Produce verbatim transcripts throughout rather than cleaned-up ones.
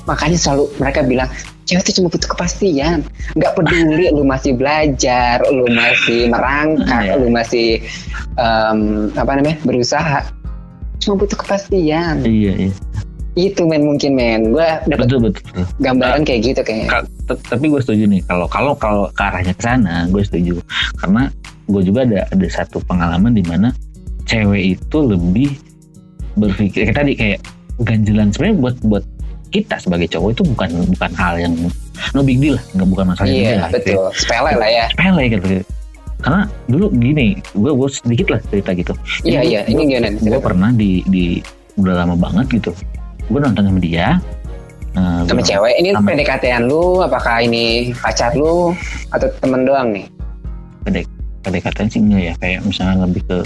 makanya selalu mereka bilang cewek itu cuma butuh kepastian, nggak peduli lu masih belajar, lu masih merangkak, lu masih um, apa namanya berusaha, cuma butuh kepastian. Iya iya. Itu men mungkin men, gue dapat betul, betul, betul. gambaran kayak gitu kayaknya. K- tapi gue setuju nih kalau kalau kalau ke arahnya ke sana, gue setuju karena gue juga ada ada satu pengalaman di mana cewek itu lebih berpikir kayak tadi kayak ganjelan sebenarnya buat buat kita sebagai cowok itu bukan bukan hal yang no big deal lah, nggak bukan masalah. Iya lah, betul, gitu. Sepele lah ya. Sepele gitu. Karena dulu gini, gue gue sedikit lah cerita gitu. Iya Jadi, iya, ini gimana? Gue pernah di di udah lama banget gitu. Gue nonton sama dia uh, sama cewek ini sama P D K T-an lu apakah ini pacar lu atau temen doang nih? P D K T-an sih enggak ya, kayak misalnya lebih ke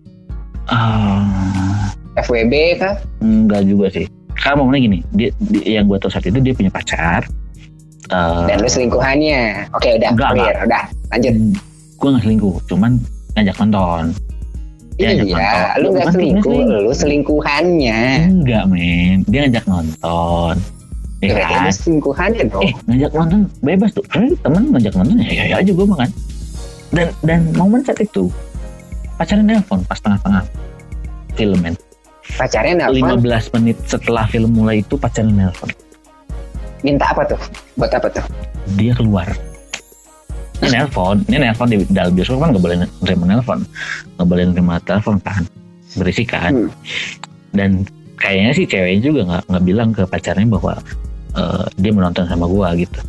uh, F W B kah? Enggak juga sih. Karena momennya gini, dia, dia yang gue tahu saat itu dia punya pacar uh, dan lu selingkuhannya. Oke udah enggak, clear, enggak. Udah lanjut. Gue gak selingkuh, cuman ngajak nonton. Dia iya, lu gak selingkuh, lu selingkuhannya. Enggak men, dia ngajak nonton. Ya kan? Lu selingkuhannya dong. Eh ngajak nonton bebas tuh, karena temen ngajak nonton ya ya aja gue makan. Dan dan momen saat itu pacarnya nelpon pas tengah-tengah film men. Pacarnya nelpon? lima belas menit setelah film mulai itu pacarnya nelpon. Minta apa tuh? Buat apa tuh? Dia keluar. Ini nelpon, ini nelpon di dalam bioskop kan nggak boleh nerima nelpon, nggak boleh nerima telepon kan, berisik kan. Hmm. Dan kayaknya sih ceweknya juga nggak nggak bilang ke pacarnya bahwa uh, dia menonton sama gua gitu.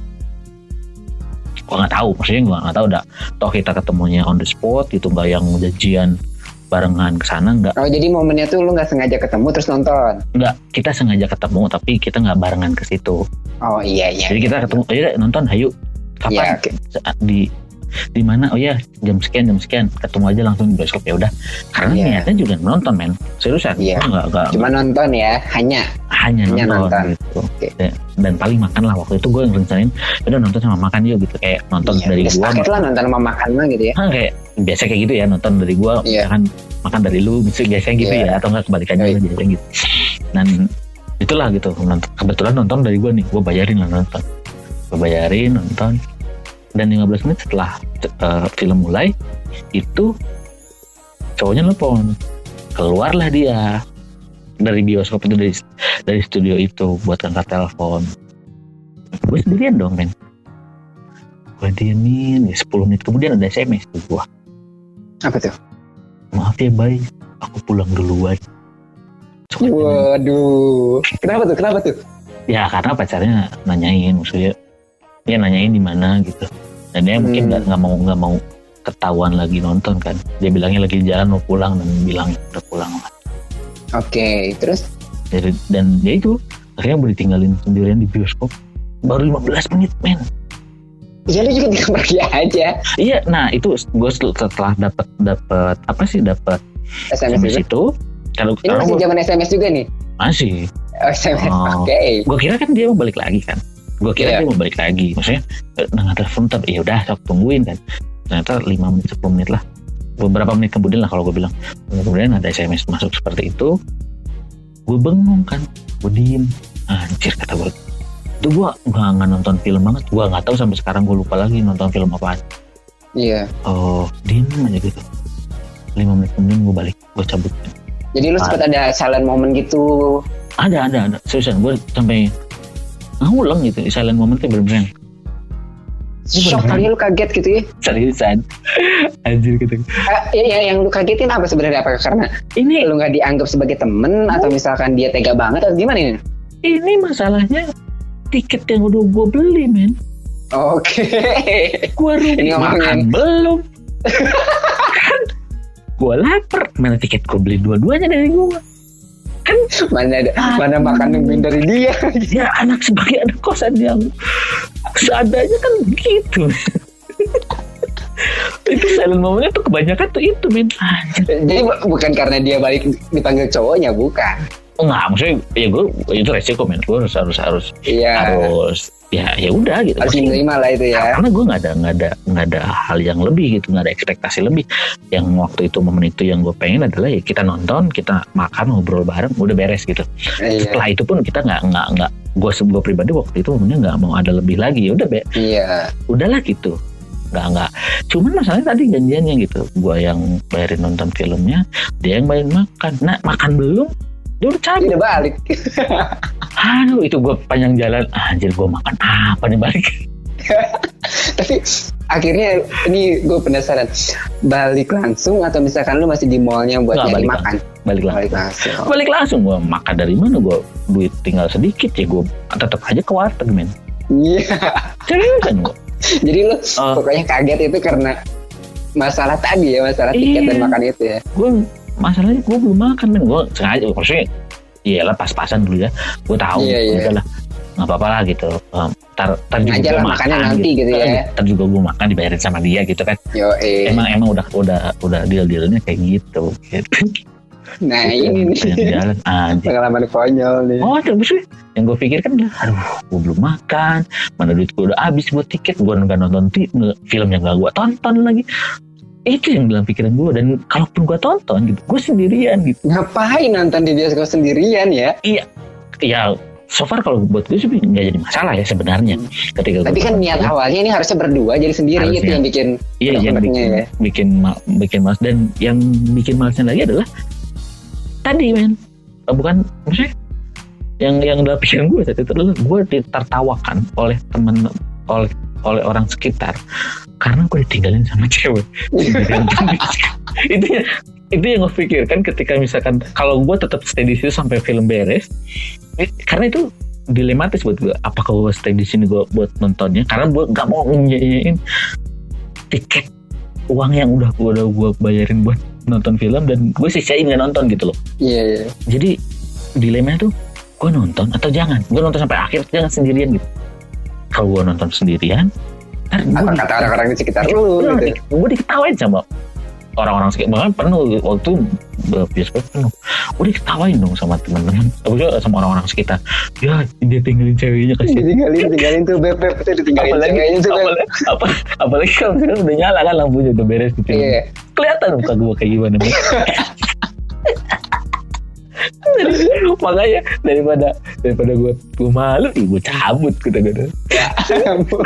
Gua nggak tahu, maksudnya gua nggak tahu dah. Toh kita ketemunya on the spot gitu, nggak yang janjian barengan kesana nggak. Oh jadi momennya tuh lu nggak sengaja ketemu terus nonton? Nggak, kita sengaja ketemu tapi kita nggak barengan ke situ. Oh iya iya. Jadi kita ketemu, ayo nonton, ayo. Kapan? Ya, okay. Di di mana? Oh ya jam sekian jam sekian ketemu aja langsung di bioskop ya udah. Karena yeah. niatnya juga nonton men, seriusan. Iya. Yeah. Nggak nggak. Cuma nonton ya, hanya hanya, hanya nonton, nonton. Gitu. Okay. Dan paling makan lah waktu itu gue yang rencanain, udah nonton sama makan yuk gitu kayak nonton yeah, dari gue. Paket lah nonton sama makan lah gitu ya. Kan kayak biasa kayak gitu ya nonton dari gue, yeah. kan makan dari lu, biasanya gitu yeah. ya atau nggak kebalikannya yeah. biasanya gitu. Dan itulah gitu. Kebetulan nonton dari gue nih, gue bayarin lah nonton. Gue bayarin nonton. Dan lima belas menit setelah uh, film mulai itu cowoknya nelfon, keluarlah dia dari bioskop itu, dari dari studio itu buat angkat telepon. Gue sendirian dong men, gue diemin. Ya, sepuluh menit kemudian ada S M S tuh gue. Apa tuh? Maaf ya bay, aku pulang duluan. Waduh, kenapa tuh? Kenapa tuh? Ya karena pacarnya nanyain, maksudnya dia nanyain di mana gitu. Dan dia hmm. mungkin nggak nggak mau nggak mau ketahuan lagi nonton kan. Dia bilangnya lagi jalan mau pulang dan bilang udah pulang lah. Oke, okay, terus? Jadi, dan dia itu akhirnya boleh tinggalin sendirian di bioskop. Baru lima belas menit men. Ya lu juga tinggal pergi aja. Iya, nah itu gue setelah dapat dapat apa sih dapat S M S, S M S itu. Kalau ini masih zaman S M S juga nih? Masih. Oh, S M S, oh, oke. Okay. Gue kira kan dia mau balik lagi kan. Gue kira yeah. dia mau balik lagi, maksudnya nggak telepon ter, ya udah sok tungguin kan. Ternyata lima menit sepuluh menit lah, beberapa menit kemudian lah kalau gue bilang. Kemudian ada S M S masuk seperti itu, gue bengong kan, gue diem, anjir kata gue. Itu gue nggak nggak nonton film banget, gue nggak tahu sampai sekarang gue lupa lagi nonton film apaan. Iya. Yeah. Oh diem aja gitu. Lima menit kemudian gue balik, gue cabut. Jadi lu sempat ada silent moment gitu? Ada ada ada, seriusan gue sampai ngulang gitu, silent moment-nya bener-bener shock kali lu kaget gitu ya? Seriusan anjir gitu. Uh, ya, ya, yang lu kagetin apa sebenarnya? Apa karena ini lu gak dianggap sebagai temen oh. atau misalkan dia tega banget atau gimana ini? Ini masalahnya tiket yang udah gue beli men. Oke okay. Gue rugi makan belum kan gue lapar, mana tiket gue beli dua-duanya dari gue kan, mana ada ah, mana makan yang dari dia. Ya anak sebagai anak kosan yang seadanya kan begitu. Itu silent momennya tuh kebanyakan tuh itu men. Jadi bukan karena dia balik dipanggil cowoknya, bukan. Oh enggak, maksudnya ya gue itu resiko men, gue harus harus harus iya. harus ya ya udah gitu. Harus menerima lah itu ya. Karena gue nggak ada nggak ada nggak ada hal yang lebih gitu, nggak ada ekspektasi lebih. Yang waktu itu momen itu yang gue pengen adalah ya kita nonton, kita makan, ngobrol bareng, udah beres gitu. Iya. Setelah itu pun kita nggak nggak nggak gue gue pribadi waktu itu momennya nggak mau ada lebih lagi, ya udah be. Iya. Udahlah gitu. Nggak nggak. Cuman masalahnya tadi janjiannya gitu. Gue yang bayarin nonton filmnya, dia yang bayarin makan. Nah makan belum? Dia udah cabut. Dia udah balik. Aduh itu gue panjang jalan. Anjir gue makan apa nih balik. Tapi akhirnya ini gue penasaran. Balik langsung atau misalkan lu masih di mallnya buat nyari makan? Balik langsung. Balik langsung. Balik langsung. Gue makan dari mana? Gue duit tinggal sedikit ya. Gue tetap aja ke warteg men. Iya. Seriusan gue. Jadi lu uh, pokoknya kaget itu karena masalah tadi ya. Masalah tiket iya. dan makan itu ya. Gue masalahnya gue belum makan men, gue sengaja maksudnya iyalah pas-pasan dulu ya, gue tahu iya, iya. udahlah nggak apa-apa lah gitu, um, tar, tar juga gue makan nanti gitu, gitu ya, tar juga gue makan dibayarin sama dia gitu kan. Yo, eh. emang emang udah udah udah deal-dealnya kayak gitu, gitu. Nah ini nih jalan aja pengalaman konyol nih. Oh terus yang gue pikir kan aduh gue belum makan, mana duit gue udah habis buat tiket, gue nggak nonton t- film yang nggak gue tonton lagi. Itu yang dalam pikiran gue, dan kalaupun gue tonton gitu gue sendirian gitu. Ngapain nonton di bioskop sendirian ya? Iya ya so far kalau buat gue sih nggak jadi masalah ya sebenarnya. Ketika tapi kan niat awalnya ini harusnya berdua jadi sendiri, harusnya. Itu yang bikin iya yang bikin ya. bikin ma- bikin malas, dan yang bikin malasnya lagi adalah tadi men bukan maksudnya yang yang dalam pikiran gue saat itu adalah gue ditertawakan oleh teman oleh oleh orang sekitar karena gue ditinggalin sama cewek. itu ya, itu yang gue pikirkan ketika misalkan kalau gue tetap stay di situ sampai film beres, eh, karena itu dilematis buat gue. Apakah gue stay di sini gue buat nontonnya? Karena gue nggak mau nyanyiin tiket uang yang udah gue udah gue bayarin buat nonton film, dan gue sisain nggak nonton gitu loh. Iya. Yeah, yeah. Jadi dilemanya tuh gue nonton atau jangan. Gue nonton sampai akhir jangan sendirian gitu. Kalau gue nonton sendirian, apa kata orang-orang di sekitar lu gitu. Gue diketawain sama orang-orang sekitar, bahkan penuh waktu bioskop penuh. Gue diketawain dong sama teman-teman, sama orang-orang sekitar. Ya dia tinggalin ceweknya kasih. Tinggalin, tinggalin tuh beb-beb itu ditinggalin apalagi, ceweknya tuh. Apalagi, apa, apalagi kalau misalkan udah nyala kan lampunya udah beres gitu. Iya. Kelihatan muka gue kayak gimana. Makanya daripada daripada gue gue malu, gue cabut gitu-gitu. Cabut.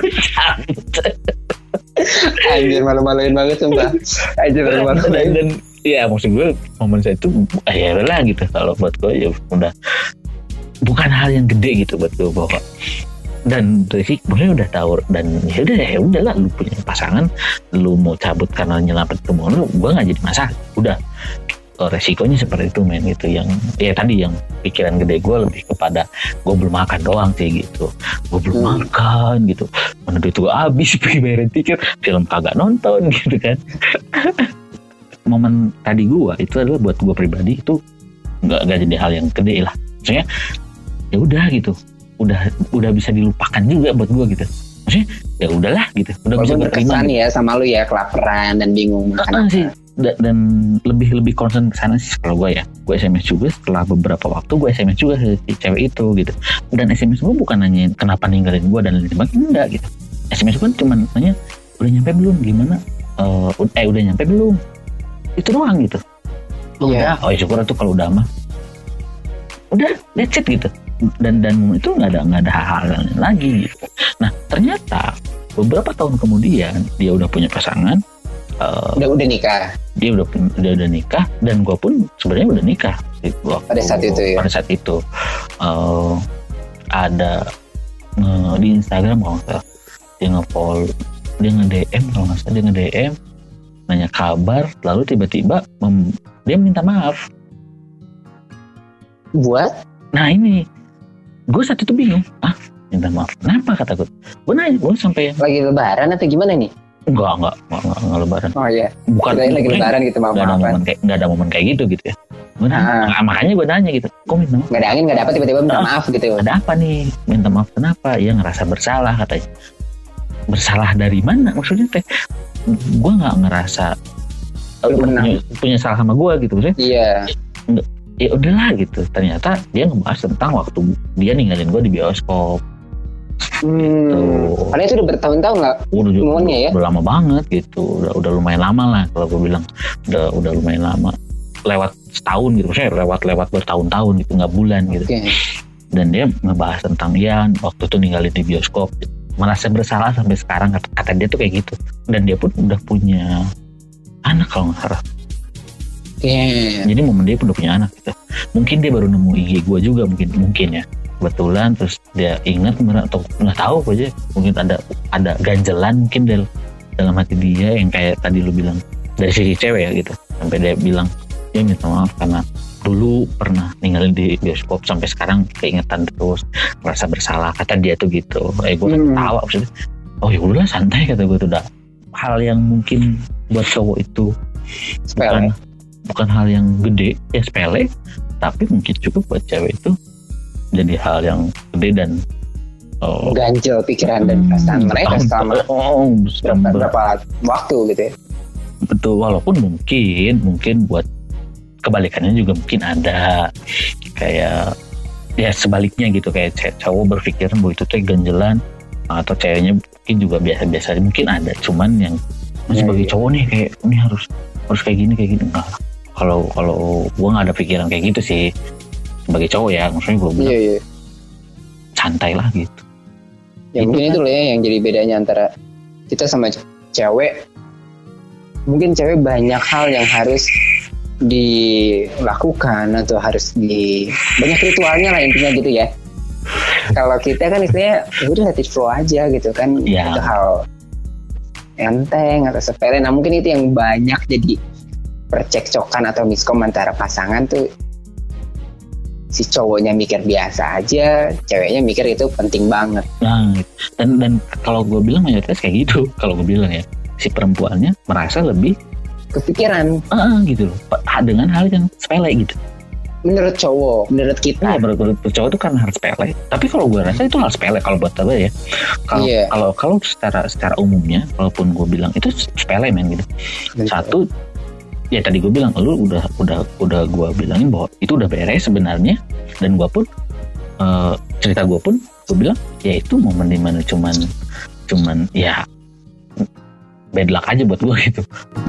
Anjir malu-maluin banget sumpah. Anjir malu-maluin. Dan, dan ya maksud gue momen saya itu ya lah gitu. Kalau buat gue ya udah bukan hal yang gede gitu buat gue bahwa. Dan Rizky sebenarnya udah tahu, dan ya udah ya udahlah lu punya pasangan, lu mau cabut karena nyelamatin kemauan lu, gue nggak jadi masalah. Udah. Resikonya seperti itu men gitu, yang ya tadi yang pikiran gede gue lebih kepada gue belum makan doang sih gitu, gue belum hmm. makan gitu, mana duit gue habis pergi bayarin tiket film kagak nonton gitu kan. Momen tadi gue itu adalah buat gue pribadi itu nggak nggak jadi hal yang gede lah, maksudnya ya udah gitu, udah udah bisa dilupakan juga buat gue gitu, maksudnya ya udahlah gitu, udah bisa berterima gitu. Ya sama lu ya kelaparan dan bingung makan uh, sih. Dan, dan lebih lebih concern ke sana sih kalau gue ya. Gue S M S juga setelah beberapa waktu, gue S M S juga ke cewek itu gitu. Dan S M S gue bukan nanya kenapa ninggalin gue dan lain sebagainya, enggak gitu. S M S gue cuma nanya udah nyampe belum, gimana uh, eh udah nyampe belum, itu doang gitu. Oh, yeah. Udah, oh syukur tuh kalau udah mah udah that's it gitu. Dan dan itu nggak ada nggak ada hal-hal lagi gitu. Nah ternyata beberapa tahun kemudian dia udah punya pasangan. Uh, udah udah nikah, dia udah udah udah nikah, dan gue pun sebenarnya udah nikah waktu, pada saat itu ya. Pada saat itu uh, ada uh, di Instagram kalau nggak salah dia nge-follow, dia nge-D M kalau nggak salah dia nge-D M nanya kabar, lalu tiba-tiba mem- dia minta maaf. Buat? Nah ini gue saat itu bingung, ah minta maaf kenapa, kata gue. Gue nanya, gue sampai lagi lebaran atau gimana nih? Enggak, enggak, enggak, enggak, enggak lebaran. Oh iya. Bukan lagi lebaran gitu, maaf. Enggak ada momen kayak enggak ada momen kayak gitu gitu ya. Gue nanya, nah, makanya gue nanya gitu. Kok minta maaf? Enggak ada angin, enggak dapat tiba-tiba minta nah, maaf gitu. Ada apa nih? Minta maaf kenapa? Ya ngerasa bersalah katanya. Bersalah dari mana? Maksudnya teh gue enggak ngerasa punya, punya salah sama gue gitu maksudnya. Iya. ya udahlah gitu. Ternyata dia ngebahas tentang waktu dia ninggalin gue di bioskop. Hmm. Gitu. Karena itu udah bertahun-tahun nggak? Udah, udah, ya? udah lama banget gitu. Udah, udah lumayan lama lah kalau gue bilang. Udah, udah lumayan lama. Lewat setahun gitu. Maksudnya lewat-lewat bertahun-tahun gitu, nggak bulan gitu. Okay. Dan dia ngebahas tentang ya waktu itu ninggalin di bioskop. Merasa bersalah sampai sekarang, kata, kata dia tuh kayak gitu. Dan dia pun udah punya anak kalau nggak salah. Yeah. Jadi momen dia pun udah punya anak gitu. Mungkin dia baru nemu I G gue juga mungkin mungkin ya. Kebetulan terus dia ingat atau nggak tahu apa aja. Mungkin ada ada ganjelan mungkin del, dalam hati dia yang kayak tadi lu bilang dari sisi cewek ya gitu. Sampai dia bilang dia minta maaf karena dulu pernah ninggalin di bioskop sampai sekarang keingetan terus, merasa bersalah kata dia tuh gitu. Eh gue kan hmm. tawa maksudnya. Oh ya udah santai kata gue tuh, udah hal yang mungkin buat cowok itu sepele. bukan bukan hal yang gede ya, sepele, tapi mungkin cukup buat cewek itu jadi hal yang gede dan oh, ganjel pikiran dan perasaan mereka selama oh, berapa, berapa waktu gitu ya. Betul, walaupun mungkin mungkin buat kebalikannya juga mungkin ada kayak ya sebaliknya gitu, kayak cowok berpikiran bahwa itu tuh ganjelan atau ceweknya mungkin juga biasa-biasa, mungkin ada, cuman yang ya, sebagai ya. Cowok nih kayak ini harus harus kayak gini kayak gini enggak. Kalau kalau gue nggak ada pikiran kayak gitu sih sebagai cowok ya, maksudnya gue bilang iya, iya. santai lah gitu. Ya gitu mungkin kan. Itu loh ya yang jadi bedanya antara kita sama cewek. Mungkin cewek banyak hal yang harus dilakukan atau harus di banyak ritualnya lah intinya gitu ya. Kalau kita kan istilahnya udah let it flow aja gitu kan, ya. Itu hal enteng atau sepele. Nah mungkin itu yang banyak jadi percekcokan atau miskom antara pasangan tuh, si cowoknya mikir biasa aja, ceweknya mikir itu penting banget. Nah, dan dan kalau gue bilang mayoritas kayak gitu. Kalau gue bilang ya, si perempuannya merasa lebih kepikiran, ah gitu loh, dengan hal yang sepele gitu. Menurut cowok, menurut kita. Ya, menurut cowok itu kan hal sepele. Tapi kalau gue rasa itu hal sepele kalau buat apa ya? Kalau yeah. kalau kalau secara secara umumnya, walaupun gue bilang itu sepele men gitu. Betul. Satu, ya tadi gue bilang, lu udah udah udah gue bilangin bahwa itu udah beres sebenarnya, dan gue pun uh, cerita gue pun gue bilang ya itu momen dimana cuman cuman ya bad luck aja buat gue gitu.